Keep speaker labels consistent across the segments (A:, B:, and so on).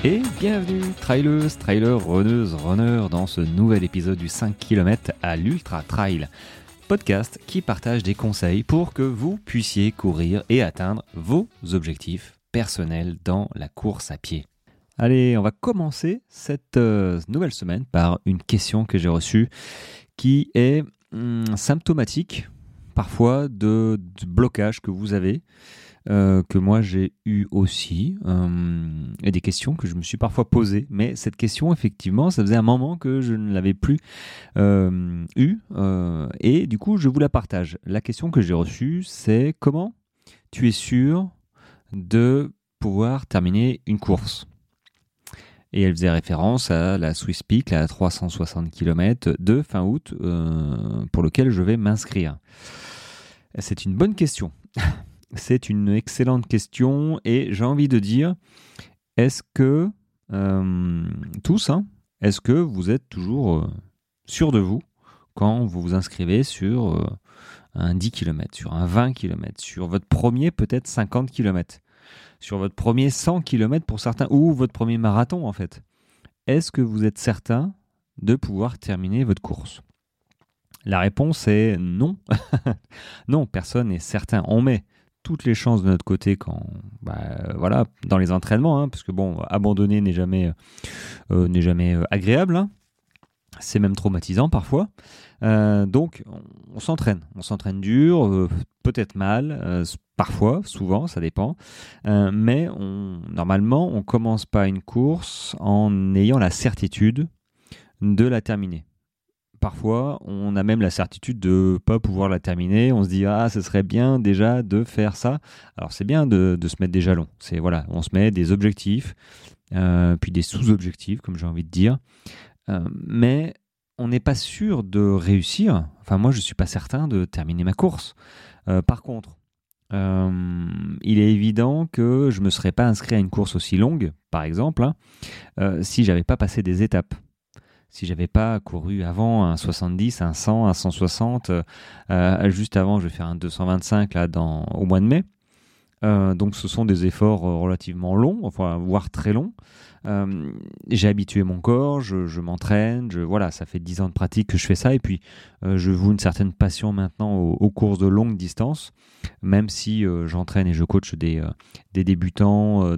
A: Et bienvenue, traileuses, trailers, runneuses, runners, dans ce nouvel épisode du 5 km à l'Ultra Trail, podcast qui partage des conseils pour que vous puissiez courir et atteindre vos objectifs personnels dans la course à pied. Allez, on va commencer cette nouvelle semaine par une question que j'ai reçue qui est symptomatique parfois de blocage que vous avez. Que moi j'ai eu aussi, et des questions que je me suis parfois posées, mais cette question effectivement ça faisait un moment que je ne l'avais plus eue, et du coup je vous la partage. La question que j'ai reçue, c'est comment tu es sûr de pouvoir terminer une course? Et elle faisait référence à la Swiss Peak, la 360 km de fin août, pour lequel je vais m'inscrire. C'est une bonne question. C'est une excellente question et j'ai envie de dire, est-ce que tous, est-ce que vous êtes toujours sûrs de vous quand vous vous inscrivez sur un 10 km, sur un 20 km, sur votre premier peut-être 50 km, sur votre premier 100 km pour certains, ou votre premier marathon en fait? Est-ce que vous êtes certain de pouvoir terminer votre course? La réponse est non. Non, personne n'est certain. On met toutes les chances de notre côté quand, dans les entraînements, parce que abandonner n'est jamais agréable, c'est même traumatisant parfois. Donc on s'entraîne dur, peut-être mal, parfois, souvent, ça dépend. Mais normalement, on commence pas une course en ayant la certitude de la terminer. Parfois, on a même la certitude de ne pas pouvoir la terminer. On se dit, ce serait bien déjà de faire ça. Alors, c'est bien de se mettre des jalons. On se met des objectifs, puis des sous-objectifs, comme j'ai envie de dire. Mais on n'est pas sûr de réussir. Enfin, moi, je ne suis pas certain de terminer ma course. Par contre, il est évident que je ne me serais pas inscrit à une course aussi longue, par exemple, si je n'avais pas passé des étapes. Si j'avais pas couru avant un 70, un 100, un 160, juste avant je vais faire un 225 là au mois de mai. Donc ce sont des efforts relativement longs, voire très longs. J'ai habitué mon corps, je m'entraîne, ça fait 10 ans de pratique que je fais ça, et puis je voue une certaine passion maintenant aux courses de longue distance, même si j'entraîne et je coach des débutants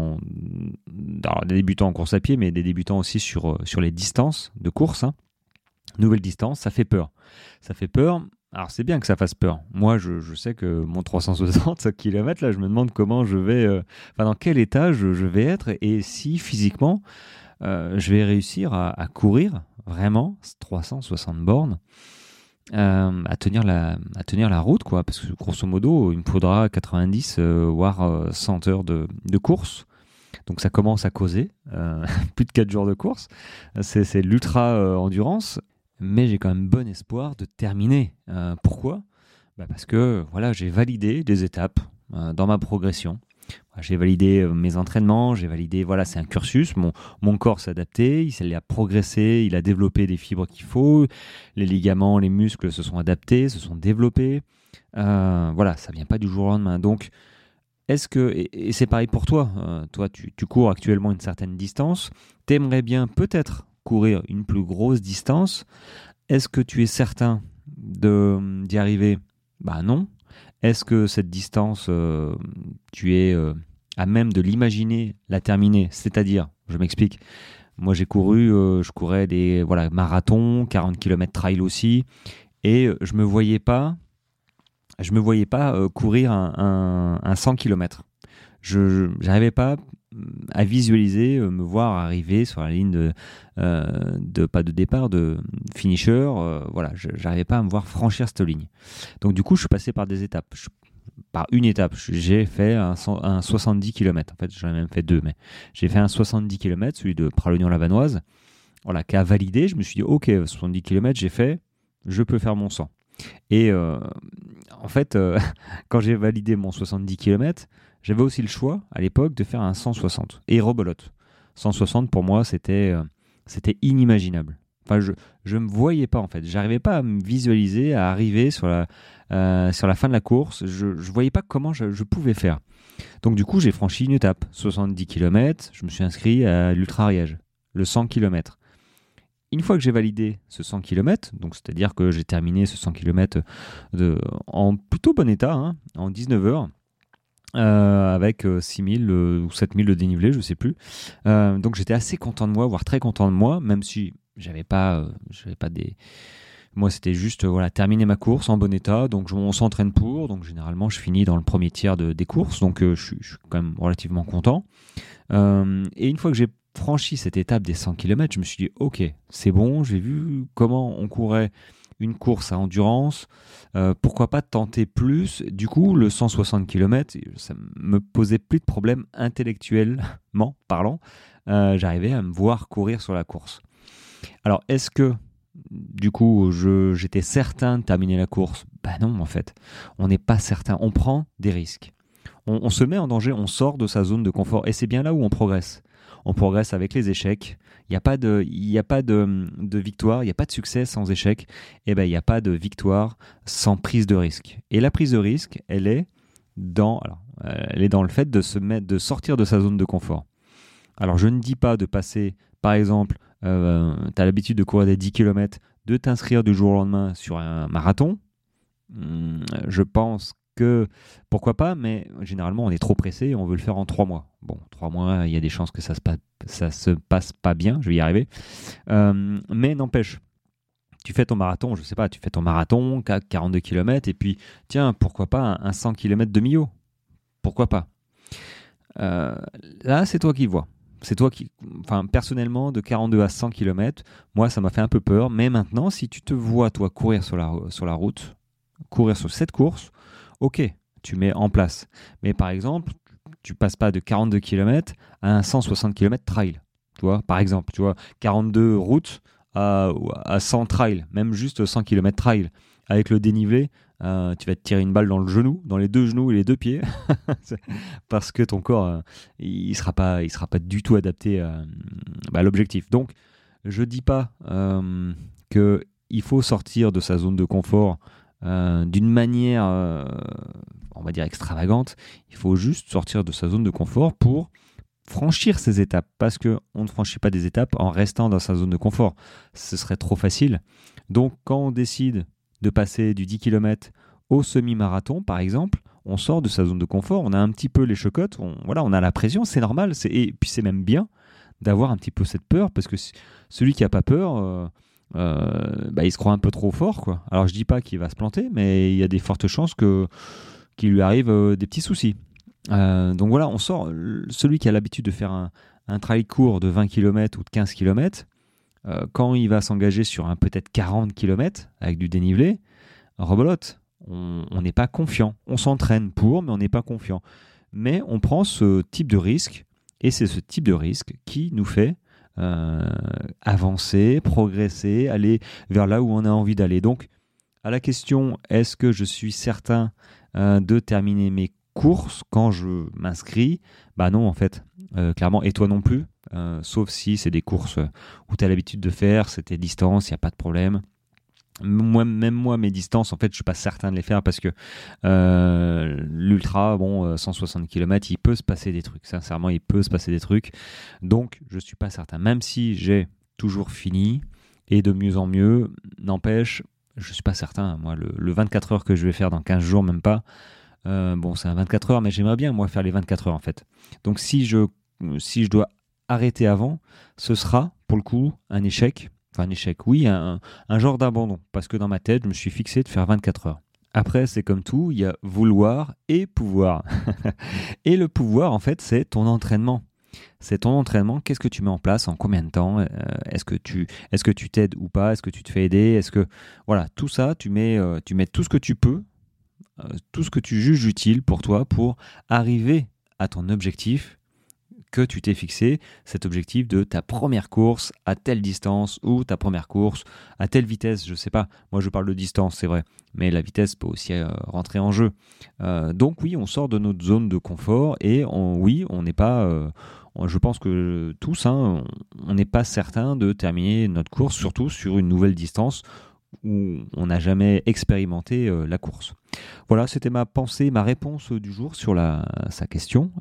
A: des débutants en course à pied, mais des débutants aussi sur les distances de course. Nouvelle distance, ça fait peur. Alors c'est bien que ça fasse peur. Moi je sais que mon 360 km là, je me demande comment je vais, dans quel état je vais être, et si physiquement je vais réussir à courir vraiment 360 bornes, à tenir la route, quoi, parce que grosso modo il me faudra 90 voire 100 heures de course. Donc ça commence à causer, plus de 4 jours de course, c'est l'ultra endurance. Mais j'ai quand même bon espoir de terminer. Pourquoi ? Parce que j'ai validé des étapes dans ma progression. J'ai validé mes entraînements, c'est un cursus. Mon corps s'est adapté, il a progressé, il a développé des fibres qu'il faut. Les ligaments, les muscles se sont adaptés, se sont développés. Ça vient pas du jour au lendemain. Donc, est-ce que, et c'est pareil pour toi, toi tu cours actuellement une certaine distance, t'aimerais bien peut-être courir une plus grosse distance. Est-ce que tu es certain d'y arriver ? Non. Est-ce que cette distance, tu es à même de l'imaginer, la terminer ? C'est-à-dire, je m'explique, moi j'ai couru, je courais des marathons, 40 km trail aussi, et je me voyais pas courir un 100 km. Je n'arrivais pas à visualiser, me voir arriver sur la ligne pas de départ, de finisher. J'arrivais pas à me voir franchir cette ligne. Donc du coup, je suis passé par des étapes. Par une étape, j'ai fait un 70 km. En fait, j'en ai même fait deux, mais j'ai fait un 70 km, celui de Pralognan-Lavanoise, qui a validé. Je me suis dit, ok, 70 km, j'ai fait, je peux faire mon 100. Et en fait, quand j'ai validé mon 70 km, j'avais aussi le choix, à l'époque, de faire un 160. Et rebelote. 160, pour moi, c'était inimaginable. Enfin, je me voyais pas en fait. J'arrivais pas à me visualiser, à arriver sur la fin de la course. Je voyais pas comment je pouvais faire. Donc du coup, j'ai franchi une étape, 70 km. Je me suis inscrit à l'Ultra-Ariège, le 100 km. Une fois que j'ai validé ce 100 km, donc c'est-à-dire que j'ai terminé ce 100 km en plutôt bon état, hein, en 19 heures, avec 6000 ou 7000 de dénivelé, je ne sais plus. Donc j'étais assez content de moi, voire très content de moi, même si j'avais pas des... Moi, c'était juste terminer ma course en bon état. Donc on s'entraîne pour. Donc généralement, je finis dans le premier tiers des courses. Donc je suis quand même relativement content. Et une fois que j'ai franchi cette étape des 100 km, je me suis dit, ok, c'est bon, j'ai vu comment on courait une course à endurance, pourquoi pas tenter plus. Du coup, le 160 km, ça me posait plus de problèmes intellectuellement parlant. J'arrivais à me voir courir sur la course. Alors, est-ce que, du coup, j'étais certain de terminer la course ? Ben non, en fait. On n'est pas certain. On prend des risques. On se met en danger, on sort de sa zone de confort. Et c'est bien là où on progresse. On progresse avec les échecs. Il n'y a pas de victoire, il n'y a pas de succès sans échec. Et ben, il n'y a pas de victoire sans prise de risque. Et la prise de risque, elle est dans le fait de sortir de sa zone de confort. Alors, je ne dis pas de passer, par exemple, tu as l'habitude de courir des 10 km, de t'inscrire du jour au lendemain sur un marathon. Je pense que pourquoi pas, mais généralement on est trop pressé et on veut le faire en 3 mois. Bon, 3 mois, il y a des chances que ça se passe pas bien, je vais y arriver. Mais n'empêche, tu fais ton marathon, je sais pas, tu fais ton marathon, 42 km, et puis tiens, pourquoi pas un 100 km de Millau ? Pourquoi pas ? Là, c'est toi qui vois. C'est toi qui, enfin, personnellement, de 42 à 100 km, moi, ça m'a fait un peu peur. Mais maintenant, si tu te vois, toi, courir sur la route, courir sur cette course, ok, tu mets en place. Mais par exemple, tu passes pas de 42 km à un 160 km trail. Tu vois, par exemple, 42 routes à 100 trail, même juste 100 km trail. Avec le dénivelé, tu vas te tirer une balle dans le genou, dans les 2 genoux et les 2 pieds, parce que ton corps, il sera pas du tout adapté à l'objectif. Donc, je dis pas qu'il faut sortir de sa zone de confort d'une manière, on va dire, extravagante. Il faut juste sortir de sa zone de confort pour franchir ces étapes, parce qu'on ne franchit pas des étapes en restant dans sa zone de confort. Ce serait trop facile. Donc, quand on décide de passer du 10 km au semi-marathon, par exemple, on sort de sa zone de confort, on a un petit peu les chocottes, on a la pression, c'est normal, et puis c'est même bien d'avoir un petit peu cette peur, parce que celui qui n'a pas peur, il se croit un peu trop fort, quoi. Alors je dis pas qu'il va se planter, mais il y a des fortes chances qu'il lui arrive des petits soucis. Donc voilà, on sort, celui qui a l'habitude de faire un trail court de 20 km ou de 15 km, quand il va s'engager sur un peut-être 40 km avec du dénivelé, rebelote, on n'est pas confiant. On s'entraîne pour, mais on n'est pas confiant. Mais on prend ce type de risque, et c'est ce type de risque qui nous fait avancer, progresser, aller vers là où on a envie d'aller. Donc, à la question, est-ce que je suis certain de terminer mes courses quand je m'inscris ? Bah non, en fait, clairement, et toi non plus. Sauf si c'est des courses où tu as l'habitude de faire, c'est tes distances, il n'y a pas de problème. Même moi, mes distances, en fait, je ne suis pas certain de les faire parce que l'ultra, 160 km, il peut se passer des trucs. Sincèrement, il peut se passer des trucs. Donc, je ne suis pas certain. Même si j'ai toujours fini et de mieux en mieux, n'empêche, je ne suis pas certain. Moi, le 24 heures que je vais faire dans 15 jours, même pas, c'est un 24 heures, mais j'aimerais bien, moi, faire les 24 heures, en fait. Donc, si je dois arrêter avant, ce sera, pour le coup, un échec. Enfin, un échec, oui, un genre d'abandon. Parce que dans ma tête, je me suis fixé de faire 24 heures. Après, c'est comme tout, il y a vouloir et pouvoir. Et le pouvoir, en fait, c'est ton entraînement. C'est ton entraînement, qu'est-ce que tu mets en place, en combien de temps, est-ce que tu t'aides ou pas, est-ce que tu te fais aider, voilà, tout ça, tu mets tout ce que tu peux, tout ce que tu juges utile pour toi pour arriver à ton objectif que tu t'es fixé, cet objectif de ta première course à telle distance ou ta première course à telle vitesse, je sais pas. Moi, je parle de distance, c'est vrai, mais la vitesse peut aussi rentrer en jeu. Donc oui, on sort de notre zone de confort et on n'est pas je pense que tous, hein, on n'est pas certain de terminer notre course, surtout sur une nouvelle distance où on n'a jamais expérimenté la course. Voilà, c'était ma pensée, ma réponse du jour sur sa question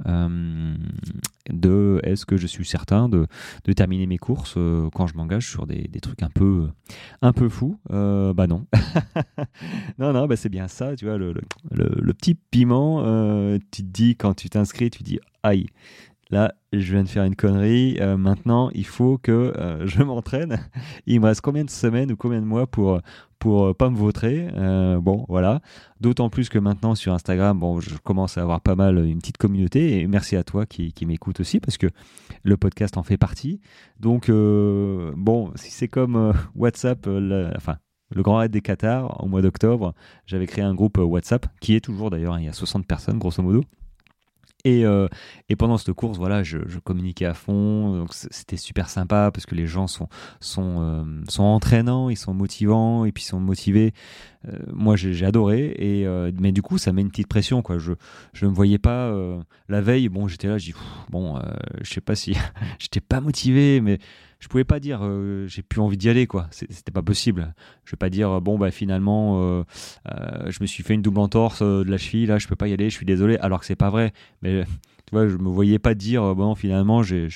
A: de est-ce que je suis certain de terminer mes courses quand je m'engage sur des trucs un peu fous. Bah non. Non, bah c'est bien ça, tu vois, le petit piment, tu te dis quand tu t'inscris, tu te dis aïe. Là, je viens de faire une connerie. Maintenant, il faut que je m'entraîne. Il me reste combien de semaines ou combien de mois pour pas me vautrer. Bon, voilà. D'autant plus que maintenant sur Instagram, bon, je commence à avoir pas mal une petite communauté. Et merci à toi qui m'écoute aussi parce que le podcast en fait partie. Donc, bon, si c'est comme WhatsApp, le Grand Raid des Qatars, au mois d'octobre, j'avais créé un groupe WhatsApp qui est toujours d'ailleurs, hein, il y a 60 personnes grosso modo. Et pendant cette course, voilà, je communiquais à fond, donc c'était super sympa parce que les gens sont entraînants, ils sont motivants et puis ils sont motivés. Moi, j'ai adoré, mais du coup, ça met une petite pression, quoi. Je me voyais pas la veille. Bon, j'étais là, je dis bon, je sais pas si j'étais pas motivé, mais je pouvais pas dire j'ai plus envie d'y aller, quoi. C'était pas possible. Je vais pas dire bon bah finalement je me suis fait une double entorse de la cheville, là je peux pas y aller, je suis désolé, alors que c'est pas vrai. Mais tu vois, je me voyais pas dire bon finalement j'ai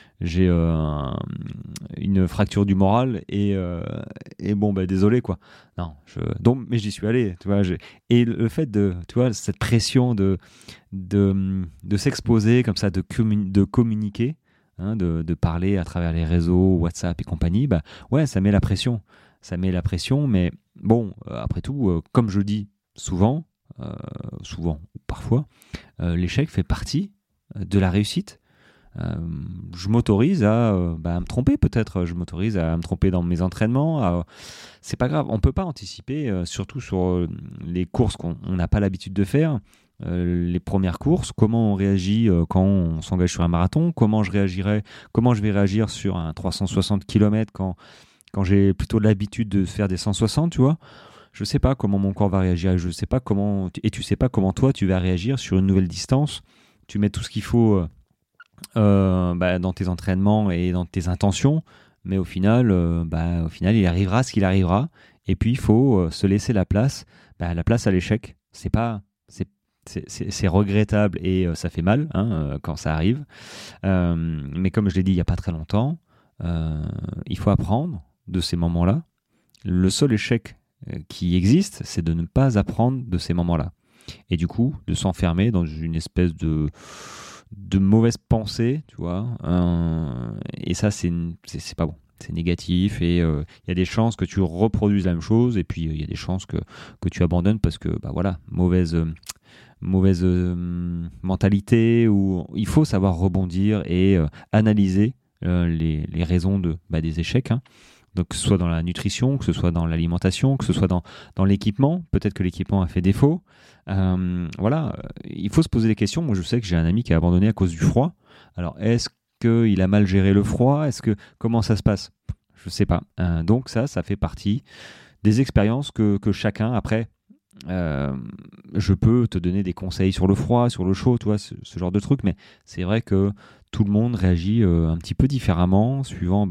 A: une fracture du moral et bon bah désolé, quoi. Non, donc mais j'y suis allé, tu vois. Et le fait de, tu vois, cette pression de s'exposer comme ça, de communiquer. Hein, de parler à travers les réseaux, WhatsApp et compagnie, bah ouais, ça met la pression. Ça met la pression, mais bon, après tout, comme je dis souvent ou parfois, l'échec fait partie de la réussite. Je m'autorise à me tromper peut-être, je m'autorise à me tromper dans mes entraînements, c'est pas grave, on peut pas anticiper, surtout sur les courses qu'on n'a pas l'habitude de faire. Les premières courses, comment on réagit quand on s'engage sur un marathon, comment je vais réagir sur un 360 km quand j'ai plutôt l'habitude de faire des 160, tu vois. Je sais pas comment mon corps va réagir, je sais pas comment, et tu sais pas comment toi tu vas réagir sur une nouvelle distance. Tu mets tout ce qu'il faut dans tes entraînements et dans tes intentions, mais au final, il arrivera ce qu'il arrivera, et puis il faut se laisser la place à l'échec. C'est regrettable et ça fait mal, hein, quand ça arrive. Mais comme je l'ai dit il n'y a pas très longtemps, il faut apprendre de ces moments-là. Le seul échec qui existe, c'est de ne pas apprendre de ces moments-là. Et du coup, de s'enfermer dans une espèce de mauvaise pensée, tu vois. Et ça, c'est pas bon. C'est négatif et il y a des chances que tu reproduises la même chose et puis il y a des chances que tu abandonnes parce que, mauvaise mentalité, où il faut savoir rebondir et analyser les raisons des échecs, hein. Donc que ce soit dans la nutrition, que ce soit dans l'alimentation, que ce soit dans l'équipement, peut-être que l'équipement a fait défaut. Il faut se poser des questions. Moi je sais que j'ai un ami qui a abandonné à cause du froid. Alors est-ce qu'il a mal géré le froid? Comment ça se passe? Je sais pas. Donc ça fait partie des expériences que chacun après. Je peux te donner des conseils sur le froid, sur le chaud, tu vois, ce genre de truc, mais c'est vrai que tout le monde réagit un petit peu différemment suivant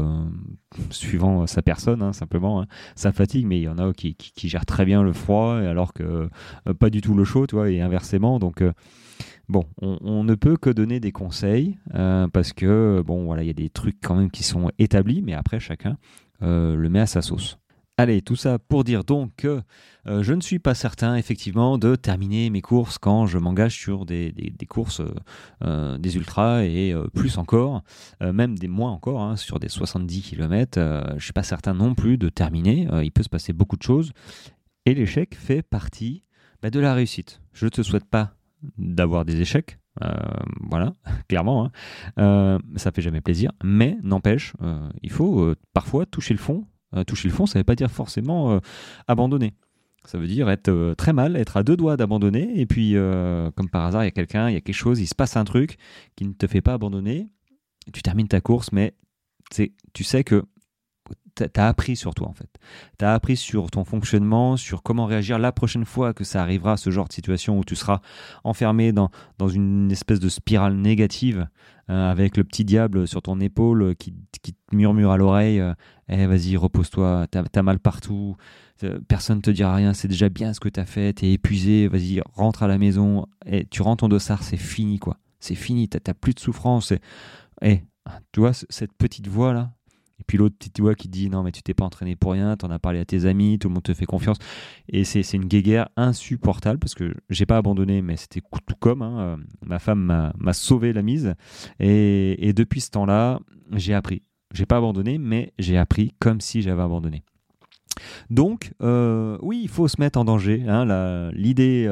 A: sa personne, hein, simplement, hein, sa fatigue. Mais il y en a qui gèrent très bien le froid alors que pas du tout le chaud, tu vois, et inversement. Donc on ne peut que donner des conseils parce que il y a des trucs quand même qui sont établis, mais après chacun le met à sa sauce. Allez, tout ça pour dire donc que je ne suis pas certain effectivement de terminer mes courses quand je m'engage sur des courses, des ultras et plus encore, même des moins encore, hein, sur des 70 km. Je ne suis pas certain non plus de terminer. Il peut se passer beaucoup de choses et l'échec fait partie de la réussite. Je ne te souhaite pas d'avoir des échecs. Voilà, clairement, hein. Ça fait jamais plaisir, mais n'empêche, il faut parfois toucher le fond. Toucher le fond, ça ne veut pas dire forcément abandonner. Ça veut dire être très mal, être à deux doigts d'abandonner, et puis comme par hasard, il y a quelque chose, il se passe un truc qui ne te fait pas abandonner, tu termines ta course, mais tu sais que t'as appris sur toi en fait. T'as appris sur ton fonctionnement, sur comment réagir la prochaine fois que ça arrivera, ce genre de situation où tu seras enfermé dans une espèce de spirale négative avec le petit diable sur ton épaule qui te murmure à l'oreille vas-y, repose-toi, t'as mal partout, personne ne te dira rien, c'est déjà bien ce que t'as fait, t'es épuisé, vas-y, rentre à la maison, tu rends ton dossard, c'est fini quoi. C'est fini, t'as plus de souffrance. Tu vois, cette petite voix là, et puis l'autre petite voix qui dit non mais tu t'es pas entraîné pour rien, t'en as parlé à tes amis, tout le monde te fait confiance, et c'est une guéguerre insupportable parce que j'ai pas abandonné, mais c'était tout comme ma femme m'a sauvé la mise, et depuis ce temps-là j'ai appris. J'ai pas abandonné, mais j'ai appris comme si j'avais abandonné. Donc, oui, il faut se mettre en danger. L'idée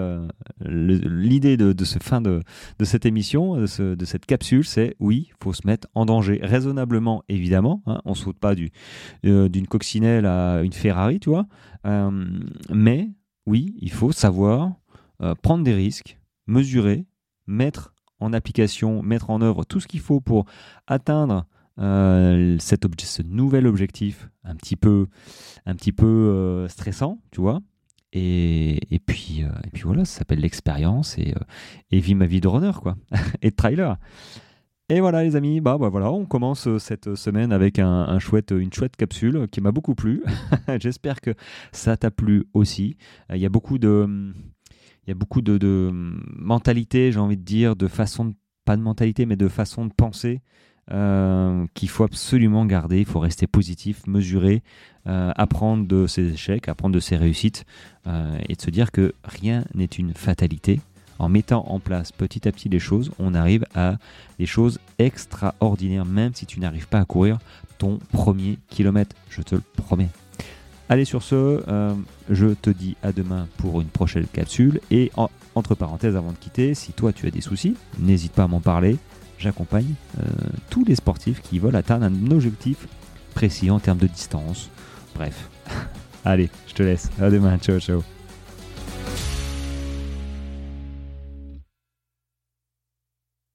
A: de ce fin de cette émission, de cette capsule, c'est oui, il faut se mettre en danger raisonnablement, évidemment. On ne saute pas d'une coccinelle à une Ferrari, tu vois. Mais oui, il faut savoir prendre des risques, mesurer, mettre en application, mettre en œuvre tout ce qu'il faut pour atteindre ce nouvel objectif un petit peu stressant, tu vois, et puis voilà, ça s'appelle l'expérience, et vis ma vie de runner quoi et de trailer. Et voilà les amis, voilà, on commence cette semaine avec une chouette capsule qui m'a beaucoup plu. J'espère que ça t'a plu aussi. Il y a beaucoup de mentalité, j'ai envie de dire, pas de mentalité mais de façon de penser qu'il faut absolument garder. Il faut rester positif, mesurer, apprendre de ses échecs, apprendre de ses réussites, et de se dire que rien n'est une fatalité. En mettant en place petit à petit les choses, on arrive à des choses extraordinaires, même si tu n'arrives pas à courir ton premier kilomètre, je te le promets. Allez, sur ce, je te dis à demain pour une prochaine capsule, et entre parenthèses, avant de quitter, si toi tu as des soucis, n'hésite pas à m'en parler. J'accompagne tous les sportifs qui veulent atteindre un objectif précis en termes de distance. Bref, allez, je te laisse. À demain. Ciao, ciao.